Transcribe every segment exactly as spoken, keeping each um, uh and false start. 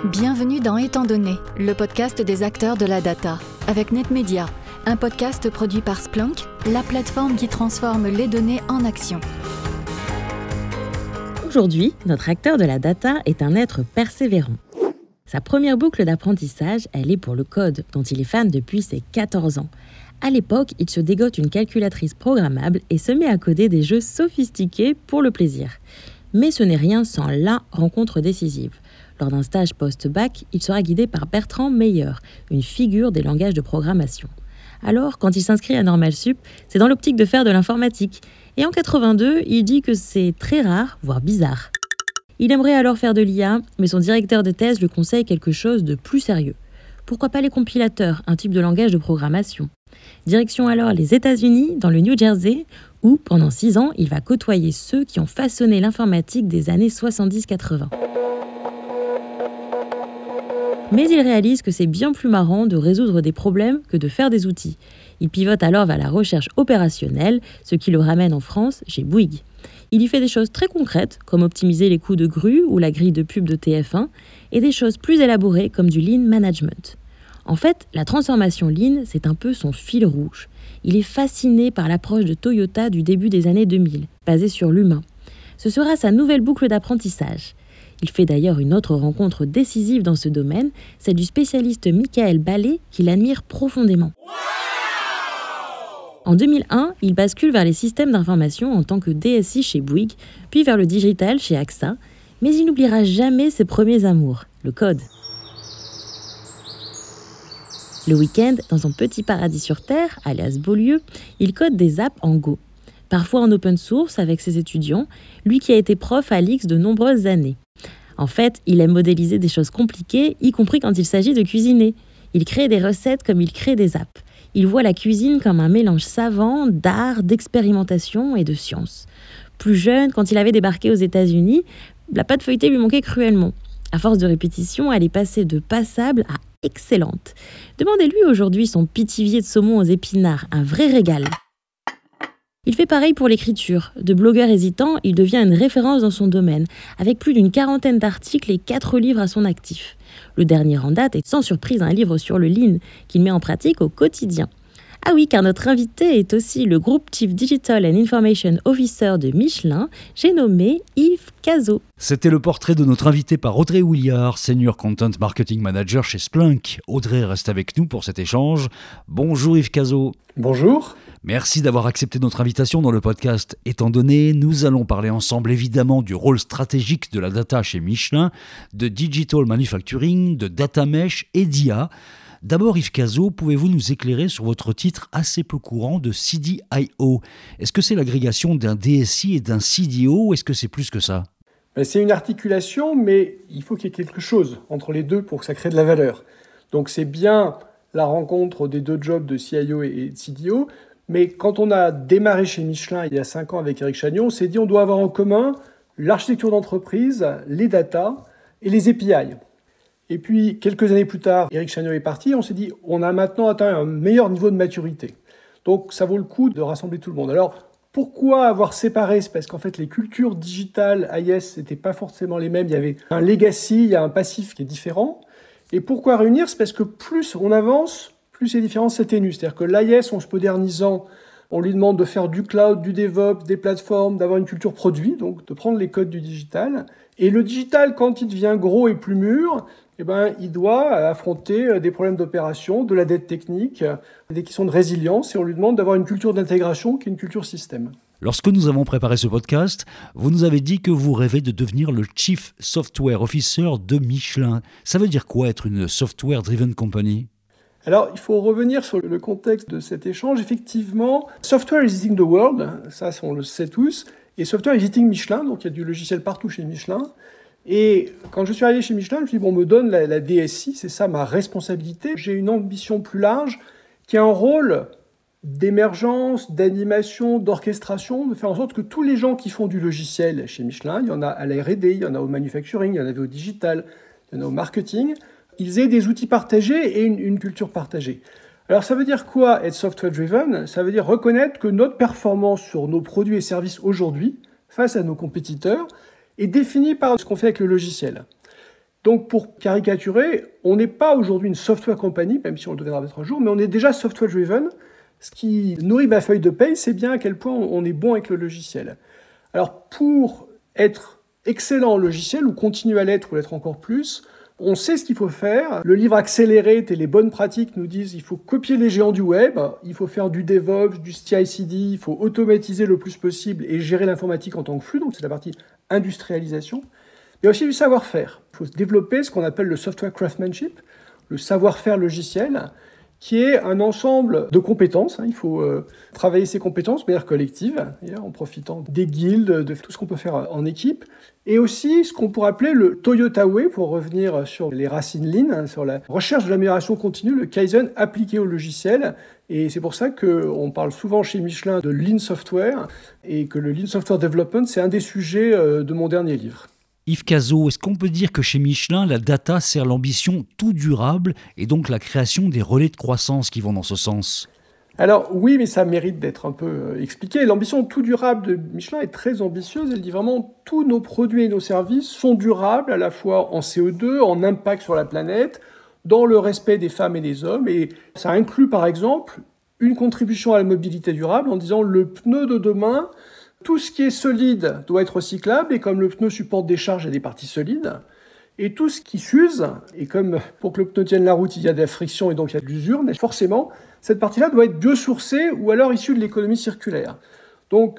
Bienvenue dans Étant donné, le podcast des acteurs de la data, avec NetMedia, un podcast produit par Splunk, la plateforme qui transforme les données en action. Aujourd'hui, notre acteur de la data est un être persévérant. Sa première boucle d'apprentissage, elle est pour le code, dont il est fan depuis ses quatorze ans. À l'époque, il se dégote une calculatrice programmable et se met à coder des jeux sophistiqués pour le plaisir. Mais ce n'est rien sans la rencontre décisive. Lors d'un stage post-bac, il sera guidé par Bertrand Meyer, une figure des langages de programmation. Alors, quand il s'inscrit à Normal Sup, c'est dans l'optique de faire de l'informatique. Et en quatre-vingt-deux, il dit que c'est très rare, voire bizarre. Il aimerait alors faire de l'I A, mais son directeur de thèse lui conseille quelque chose de plus sérieux. Pourquoi pas les compilateurs, un type de langage de programmation ? Direction alors les États-Unis, dans le New Jersey, où, pendant six ans, il va côtoyer ceux qui ont façonné l'informatique des années soixante-dix quatre-vingts. Mais il réalise que c'est bien plus marrant de résoudre des problèmes que de faire des outils. Il pivote alors vers la recherche opérationnelle, ce qui le ramène en France chez Bouygues. Il y fait des choses très concrètes, comme optimiser les coûts de grue ou la grille de pub de T F un, et des choses plus élaborées comme du Lean Management. En fait, la transformation Lean, c'est un peu son fil rouge. Il est fasciné par l'approche de Toyota du début des années deux mille, basée sur l'humain. Ce sera sa nouvelle boucle d'apprentissage. Il fait d'ailleurs une autre rencontre décisive dans ce domaine, celle du spécialiste Michael Ballet, qu'il admire profondément. En deux mille un, il bascule vers les systèmes d'information en tant que D S I chez Bouygues, puis vers le digital chez A X A, mais il n'oubliera jamais ses premiers amours, le code. Le week-end, dans son petit paradis sur Terre, alias Beaulieu, il code des apps en Go. Parfois en open source avec ses étudiants, lui qui a été prof à l'I X de nombreuses années. En fait, il aime modéliser des choses compliquées, y compris quand il s'agit de cuisiner. Il crée des recettes comme il crée des apps. Il voit la cuisine comme un mélange savant d'art, d'expérimentation et de science. Plus jeune, quand il avait débarqué aux États-Unis, la pâte feuilletée lui manquait cruellement. À force de répétition, elle est passée de passable à excellente. Demandez-lui aujourd'hui son pitivier de saumon aux épinards, un vrai régal. Il fait pareil pour l'écriture. De blogueur hésitant, il devient une référence dans son domaine, avec plus d'une quarantaine d'articles et quatre livres à son actif. Le dernier en date est sans surprise un livre sur le Lean, qu'il met en pratique au quotidien. Ah oui, car notre invité est aussi le Group Chief Digital and Information Officer de Michelin, j'ai nommé Yves Cazot. C'était le portrait de notre invité par Audrey Ouillard, Senior Content Marketing Manager chez Splunk. Audrey reste avec nous pour cet échange. Bonjour Yves Cazot. Bonjour. Merci d'avoir accepté notre invitation dans le podcast. Étant donné, nous allons parler ensemble évidemment du rôle stratégique de la data chez Michelin, de digital manufacturing, de data mesh et d'I A. D'abord, Yves Cazot, pouvez-vous nous éclairer sur votre titre assez peu courant de C D I O ? Est-ce que c'est l'agrégation d'un D S I et d'un C D O ou est-ce que c'est plus que ça ? Ben, c'est une articulation, mais il faut qu'il y ait quelque chose entre les deux pour que ça crée de la valeur. Donc c'est bien la rencontre des deux jobs de C I O et de C D O, mais quand on a démarré chez Michelin il y a cinq ans avec Eric Chagnon, on s'est dit on doit avoir en commun l'architecture d'entreprise, les data et les A P I. Et puis, quelques années plus tard, Eric Chagnon est parti, on s'est dit, on a maintenant atteint un meilleur niveau de maturité. Donc, ça vaut le coup de rassembler tout le monde. Alors, pourquoi avoir séparé ? C'est parce qu'en fait, les cultures digitales I S n'étaient pas forcément les mêmes. Il y avait un legacy, il y a un passif qui est différent. Et pourquoi réunir ? C'est parce que plus on avance, plus ces différences s'atténuent. C'est-à-dire que l'I S, en se modernisant, on lui demande de faire du cloud, du DevOps, des plateformes, d'avoir une culture produit, donc de prendre les codes du digital. Et le digital, quand il devient gros et plus mûr, eh ben, il doit affronter des problèmes d'opération, de la dette technique, des questions de résilience, et on lui demande d'avoir une culture d'intégration qui est une culture système. Lorsque nous avons préparé ce podcast, vous nous avez dit que vous rêvez de devenir le Chief Software Officer de Michelin. Ça veut dire quoi être une software-driven company ? Alors, il faut revenir sur le contexte de cet échange. Effectivement, software is eating the world, ça on le sait tous, et software is eating Michelin, donc il y a du logiciel partout chez Michelin. Et quand je suis arrivé chez Michelin, je me suis dit, bon, on me donne la, la D S I, c'est ça ma responsabilité. J'ai une ambition plus large qui a un rôle d'émergence, d'animation, d'orchestration, de faire en sorte que tous les gens qui font du logiciel chez Michelin, il y en a à la R et D, il y en a au manufacturing, il y en avait au digital, il y en a au marketing, ils aient des outils partagés et une, une culture partagée. Alors ça veut dire quoi être software driven ? Ça veut dire reconnaître que notre performance sur nos produits et services aujourd'hui, face à nos compétiteurs, est définie par ce qu'on fait avec le logiciel. Donc pour caricaturer, on n'est pas aujourd'hui une software company, même si on le deviendra peut-être un jour, mais on est déjà software driven. Ce qui nourrit ma feuille de paye, c'est bien à quel point on est bon avec le logiciel. Alors pour être excellent en logiciel, ou continuer à l'être, ou l'être encore plus, on sait ce qu'il faut faire. Le livre Accéléré et les bonnes pratiques nous disent qu'il faut copier les géants du web, il faut faire du DevOps, du C I C D, il faut automatiser le plus possible et gérer l'informatique en tant que flux, donc c'est la partie industrialisation. Il y a aussi du savoir-faire. Il faut se développer ce qu'on appelle le software craftsmanship, le savoir-faire logiciel, qui est un ensemble de compétences. Il faut euh, travailler ces compétences de manière collective, en profitant des guildes, de tout ce qu'on peut faire en équipe, et aussi ce qu'on pourrait appeler le Toyota Way, pour revenir sur les racines Lean, sur la recherche de l'amélioration continue, le Kaizen appliqué au logiciel. Et c'est pour ça qu'on parle souvent chez Michelin de Lean Software, et que le Lean Software Development, c'est un des sujets de mon dernier livre. Yves Cazot, est-ce qu'on peut dire que chez Michelin, la data sert l'ambition tout durable et donc la création des relais de croissance qui vont dans ce sens ? Alors oui, mais ça mérite d'être un peu expliqué. L'ambition tout durable de Michelin est très ambitieuse. Elle dit vraiment tous nos produits et nos services sont durables à la fois en C O deux, en impact sur la planète, dans le respect des femmes et des hommes. Et ça inclut par exemple une contribution à la mobilité durable en disant le pneu de demain, tout ce qui est solide doit être recyclable, et comme le pneu supporte des charges, il y a des parties solides. Et tout ce qui s'use, et comme pour que le pneu tienne la route, il y a de la friction et donc il y a de l'usure, mais forcément, cette partie-là doit être biosourcée ou alors issue de l'économie circulaire. Donc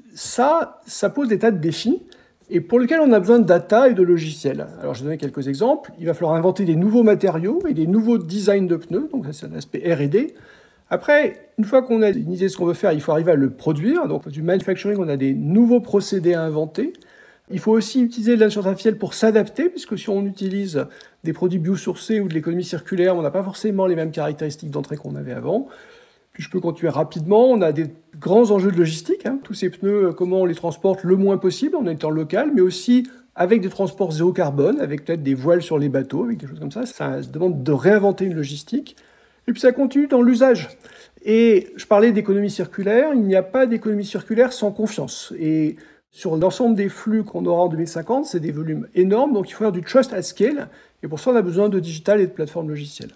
ça, ça pose des tas de défis, et pour lesquels on a besoin de data et de logiciels. Alors je vais donner quelques exemples. Il va falloir inventer des nouveaux matériaux et des nouveaux designs de pneus, donc ça c'est un aspect R et D. Après, une fois qu'on a une idée de ce qu'on veut faire, il faut arriver à le produire. Donc, du manufacturing, on a des nouveaux procédés à inventer. Il faut aussi utiliser l'intelligence artificielle pour s'adapter, puisque si on utilise des produits biosourcés ou de l'économie circulaire, on n'a pas forcément les mêmes caractéristiques d'entrée qu'on avait avant. Puis je peux continuer rapidement. On a des grands enjeux de logistique. Hein. Tous ces pneus, comment on les transporte le moins possible en étant local, mais aussi avec des transports zéro carbone, avec peut-être des voiles sur les bateaux, avec des choses comme ça. Ça demande de réinventer une logistique. Et puis ça continue dans l'usage. Et je parlais d'économie circulaire, il n'y a pas d'économie circulaire sans confiance. Et sur l'ensemble des flux qu'on aura en deux mille cinquante, c'est des volumes énormes, donc il faut faire du trust at scale, et pour ça on a besoin de digital et de plateformes logicielles.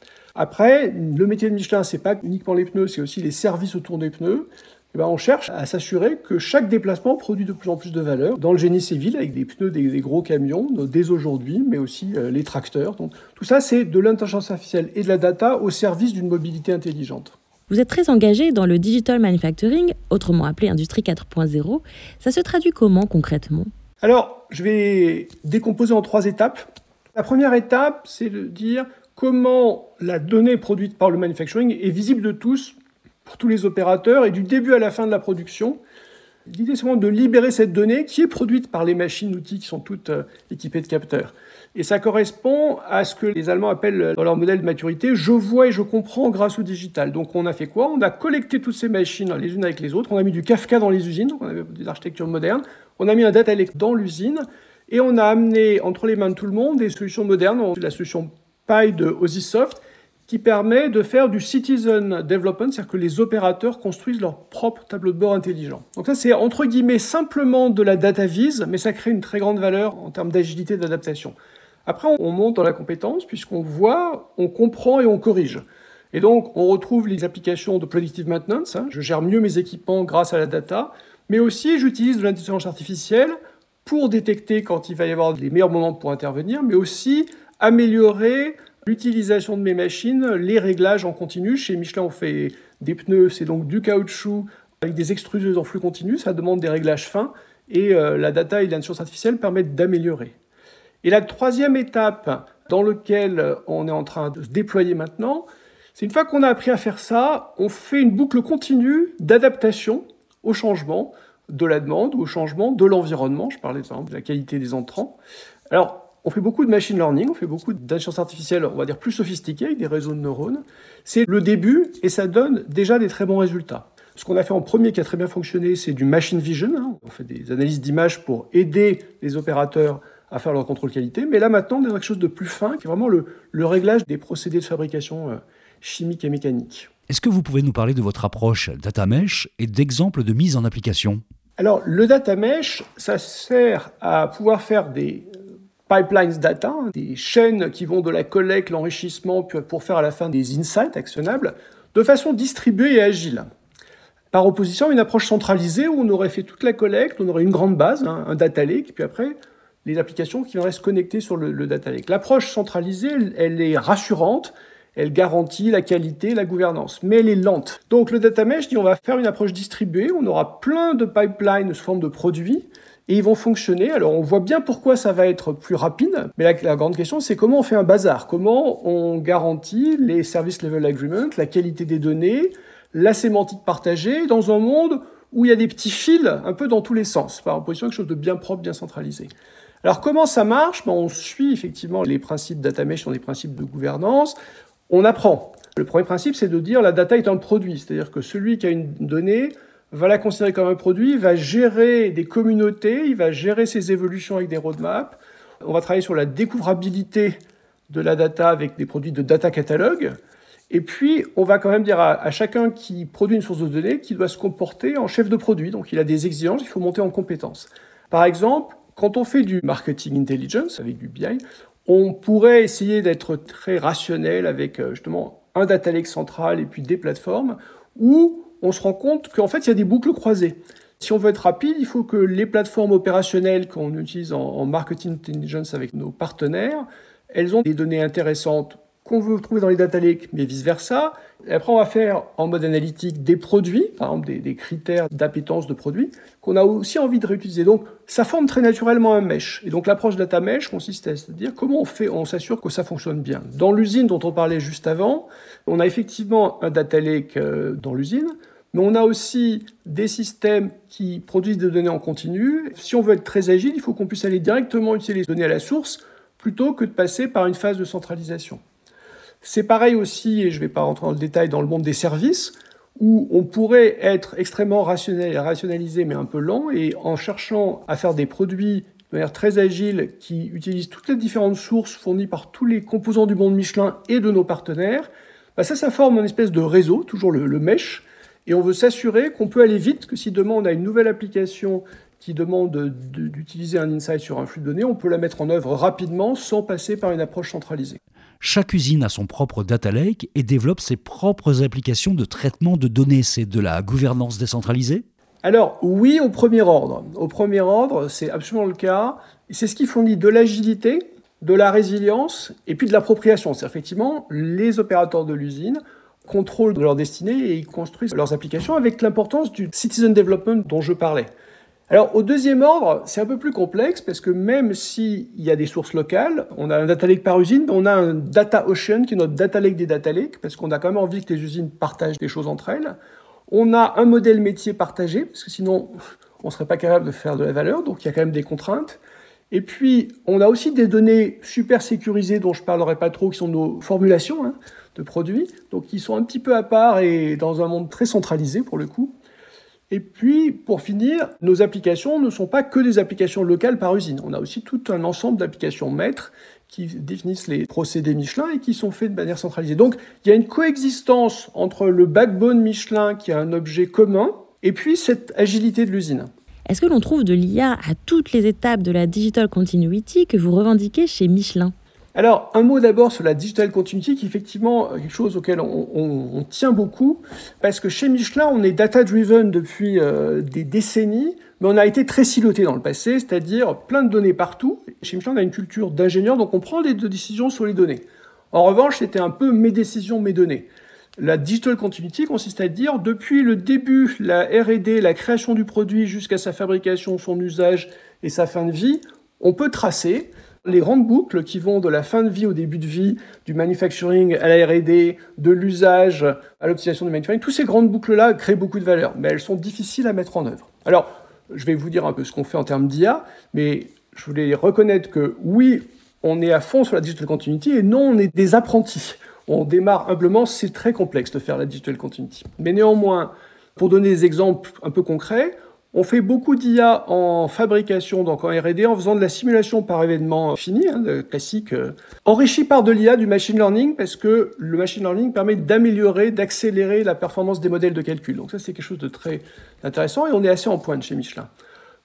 Après, le métier de Michelin, c'est pas uniquement les pneus, c'est aussi les services autour des pneus. Et ben, on cherche à s'assurer que chaque déplacement produit de plus en plus de valeur dans le génie civil, avec des pneus des, des gros camions dès aujourd'hui, mais aussi euh, les tracteurs. Donc, tout ça, c'est de l'intelligence artificielle et de la data au service d'une mobilité intelligente. Vous êtes très engagé dans le digital manufacturing, autrement appelé industrie quatre point zéro. Ça se traduit comment concrètement ? Alors, je vais décomposer en trois étapes. La première étape, c'est de dire comment la donnée produite par le manufacturing est visible de tous, pour tous les opérateurs, et du début à la fin de la production. L'idée, c'est vraiment de libérer cette donnée qui est produite par les machines-outils qui sont toutes euh, équipées de capteurs. Et ça correspond à ce que les Allemands appellent dans leur modèle de maturité « je vois et je comprends grâce au digital ». Donc on a fait quoi ? On a collecté toutes ces machines les unes avec les autres, on a mis du Kafka dans les usines, on avait des architectures modernes, on a mis un data lake dans l'usine, et on a amené entre les mains de tout le monde des solutions modernes, la solution Pi de Osisoft, qui permet de faire du citizen development, c'est-à-dire que les opérateurs construisent leur propre tableau de bord intelligent. Donc ça, c'est entre guillemets simplement de la data vise, mais ça crée une très grande valeur en termes d'agilité et d'adaptation. Après, on monte dans la compétence, puisqu'on voit, on comprend et on corrige. Et donc, on retrouve les applications de predictive maintenance, hein, je gère mieux mes équipements grâce à la data, mais aussi j'utilise de l'intelligence artificielle pour détecter quand il va y avoir les meilleurs moments pour intervenir, mais aussi améliorer l'utilisation de mes machines, les réglages en continu. Chez Michelin, on fait des pneus, c'est donc du caoutchouc avec des extruseuses en flux continu. Ça demande des réglages fins et euh, la data et l'intelligence artificielle permettent d'améliorer. Et la troisième étape dans laquelle on est en train de se déployer maintenant, c'est une fois qu'on a appris à faire ça, on fait une boucle continue d'adaptation au changement de la demande, au changement de l'environnement. Je parlais par exemple de la qualité des entrants. Alors, on fait beaucoup de machine learning, on fait beaucoup d'intelligence artificielle, on va dire plus sophistiquée, avec des réseaux de neurones. C'est le début et ça donne déjà des très bons résultats. Ce qu'on a fait en premier qui a très bien fonctionné, c'est du machine vision. Hein. On fait des analyses d'images pour aider les opérateurs à faire leur contrôle qualité. Mais là, maintenant, on a quelque chose de plus fin, qui est vraiment le, le réglage des procédés de fabrication euh, chimique et mécanique. Est-ce que vous pouvez nous parler de votre approche data mesh et d'exemples de mise en application ? Alors, le data mesh, ça sert à pouvoir faire des pipelines data, des chaînes qui vont de la collecte, l'enrichissement, pour faire à la fin des insights actionnables, de façon distribuée et agile. Par opposition à une approche centralisée où on aurait fait toute la collecte, on aurait une grande base, hein, un data lake, puis après, les applications qui viendraient se connecter sur le, le data lake. L'approche centralisée, elle, elle est rassurante, elle garantit la qualité, la gouvernance, mais elle est lente. Donc le data mesh dit on va faire une approche distribuée, on aura plein de pipelines sous forme de produits, et ils vont fonctionner. Alors on voit bien pourquoi ça va être plus rapide, mais la, la grande question c'est comment on fait un bazar, comment on garantit les service level agreements, la qualité des données, la sémantique partagée, dans un monde où il y a des petits fils un peu dans tous les sens, par opposition à quelque chose de bien propre, bien centralisé. Alors comment ça marche ? Ben, on suit effectivement les principes data mesh, sont des principes de gouvernance, on apprend. Le premier principe c'est de dire la data est un produit, c'est-à-dire que celui qui a une donnée va la considérer comme un produit, va gérer des communautés, il va gérer ses évolutions avec des roadmaps, on va travailler sur la découvrabilité de la data avec des produits de data catalogue. Et puis, on va quand même dire à, à chacun qui produit une source de données qu'il doit se comporter en chef de produit. Donc, il a des exigences, il faut monter en compétences. Par exemple, quand on fait du marketing intelligence avec du B I, on pourrait essayer d'être très rationnel avec justement un data lake central et puis des plateformes où on se rend compte qu'en fait, il y a des boucles croisées. Si on veut être rapide, il faut que les plateformes opérationnelles qu'on utilise en, en marketing intelligence avec nos partenaires, elles ont des données intéressantes qu'on veut trouver dans les data lakes, mais vice-versa. Et après, on va faire en mode analytique des produits, par exemple des, des critères d'appétence de produits, qu'on a aussi envie de réutiliser. Donc, ça forme très naturellement un mesh. Et donc, l'approche data mesh consiste à se dire comment on fait, on s'assure que ça fonctionne bien. Dans l'usine dont on parlait juste avant, on a effectivement un data lake dans l'usine, mais on a aussi des systèmes qui produisent des données en continu. Si on veut être très agile, il faut qu'on puisse aller directement utiliser les données à la source plutôt que de passer par une phase de centralisation. C'est pareil aussi, et je ne vais pas rentrer dans le détail, dans le monde des services, où on pourrait être extrêmement rationnel et rationalisé, mais un peu lent, et en cherchant à faire des produits de manière très agile qui utilisent toutes les différentes sources fournies par tous les composants du monde Michelin et de nos partenaires, bah ça, ça forme une espèce de réseau, toujours le, le mesh, et on veut s'assurer qu'on peut aller vite, que si demain on a une nouvelle application qui demande de, de, d'utiliser un insight sur un flux de données, on peut la mettre en œuvre rapidement sans passer par une approche centralisée. Chaque usine a son propre data lake et développe ses propres applications de traitement de données. C'est de la gouvernance décentralisée ? Alors oui, au premier ordre. Au premier ordre, c'est absolument le cas. C'est ce qui fournit de l'agilité, de la résilience et puis de l'appropriation. C'est effectivement les opérateurs de l'usine contrôlent leur destinée et ils construisent leurs applications avec l'importance du citizen development dont je parlais. Alors, au deuxième ordre, c'est un peu plus complexe parce que même s'il y a des sources locales, on a un data lake par usine, on a un data ocean qui est notre data lake des data lakes parce qu'on a quand même envie que les usines partagent des choses entre elles. On a un modèle métier partagé parce que sinon, on ne serait pas capable de faire de la valeur, donc il y a quand même des contraintes. Et puis, on a aussi des données super sécurisées dont je ne parlerai pas trop, qui sont nos formulations hein, de produits, donc qui sont un petit peu à part et dans un monde très centralisé pour le coup. Et puis, pour finir, nos applications ne sont pas que des applications locales par usine. On a aussi tout un ensemble d'applications maîtres qui définissent les procédés Michelin et qui sont faits de manière centralisée. Donc, il y a une coexistence entre le backbone Michelin, qui est un objet commun, et puis cette agilité de l'usine. Est-ce que l'on trouve de l'I A à toutes les étapes de la digital continuity que vous revendiquez chez Michelin ? Alors, un mot d'abord sur la digital continuity, qui est effectivement quelque chose auquel on, on, on tient beaucoup, parce que chez Michelin, on est data-driven depuis euh, des décennies, mais on a été très siloté dans le passé, c'est-à-dire plein de données partout. Chez Michelin, on a une culture d'ingénieur, donc on prend des décisions sur les données. En revanche, c'était un peu mes décisions, mes données. La digital continuity consiste à dire, depuis le début, la R et D, la création du produit jusqu'à sa fabrication, son usage et sa fin de vie, on peut tracer les grandes boucles qui vont de la fin de vie au début de vie, du manufacturing à la R et D, de l'usage à l'optimisation du manufacturing. Toutes ces grandes boucles-là créent beaucoup de valeur, mais elles sont difficiles à mettre en œuvre. Alors, je vais vous dire un peu ce qu'on fait en termes d'I A, mais je voulais reconnaître que oui, on est à fond sur la digital continuity et non, on est des apprentis. On démarre humblement, c'est très complexe de faire la digital continuity. Mais néanmoins, pour donner des exemples un peu concrets, on fait beaucoup d'I A en fabrication, donc en R et D, en faisant de la simulation par événement fini, hein, classique, euh, enrichi par de l'I A, du machine learning, parce que le machine learning permet d'améliorer, d'accélérer la performance des modèles de calcul. Donc ça, c'est quelque chose de très intéressant et on est assez en pointe chez Michelin.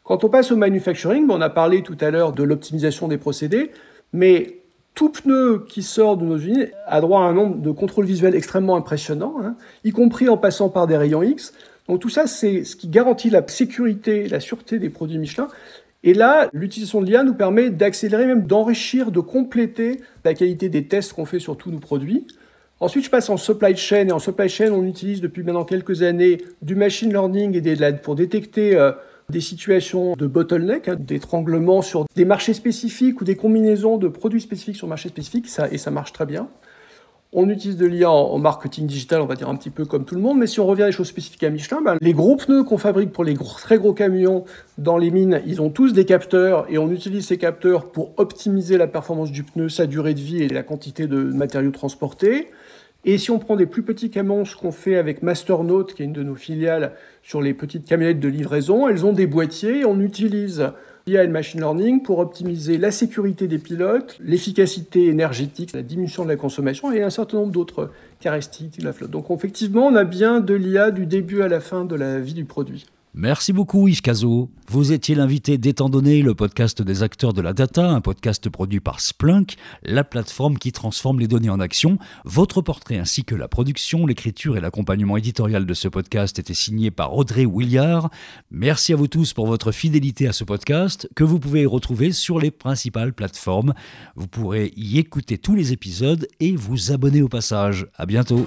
Quand on passe au manufacturing, on a parlé tout à l'heure de l'optimisation des procédés, mais tout pneu qui sort de nos usines a droit à un nombre de contrôles visuels extrêmement impressionnant, hein, y compris en passant par des rayons X. Donc tout ça, c'est ce qui garantit la sécurité, la sûreté des produits Michelin. Et là, l'utilisation de l'I A nous permet d'accélérer, même d'enrichir, de compléter la qualité des tests qu'on fait sur tous nos produits. Ensuite, je passe en supply chain. Et en supply chain, on utilise depuis maintenant quelques années du machine learning et des, pour détecter euh, des situations de bottleneck, hein, d'étranglement sur des marchés spécifiques ou des combinaisons de produits spécifiques sur marchés spécifiques, ça, et ça marche très bien. On utilise de l'I A en, en marketing digital, on va dire un petit peu comme tout le monde, mais si on revient à des choses spécifiques à Michelin, ben, les gros pneus qu'on fabrique pour les gros, très gros camions dans les mines, ils ont tous des capteurs et on utilise ces capteurs pour optimiser la performance du pneu, sa durée de vie et la quantité de matériaux transportés. Et si on prend des plus petits camions, ce qu'on fait avec Masternaut, qui est une de nos filiales, sur les petites camionnettes de livraison, elles ont des boîtiers et on utilise l'I A et le machine learning pour optimiser la sécurité des pilotes, l'efficacité énergétique, la diminution de la consommation et un certain nombre d'autres caractéristiques de la flotte. Donc effectivement, on a bien de l'I A du début à la fin de la vie du produit. Merci beaucoup Yves Cazot. Vous étiez l'invité d'Étant donné, le podcast des acteurs de la data, un podcast produit par Splunk, la plateforme qui transforme les données en action. Votre portrait ainsi que la production, l'écriture et l'accompagnement éditorial de ce podcast étaient signés par Audrey Williard. Merci à vous tous pour votre fidélité à ce podcast que vous pouvez retrouver sur les principales plateformes. Vous pourrez y écouter tous les épisodes et vous abonner au passage. À bientôt.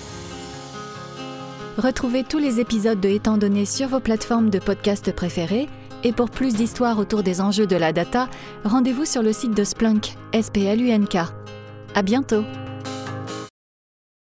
Retrouvez tous les épisodes de Étant donné sur vos plateformes de podcast préférées et pour plus d'histoires autour des enjeux de la data, rendez-vous sur le site de Splunk, S P L U N K. À bientôt.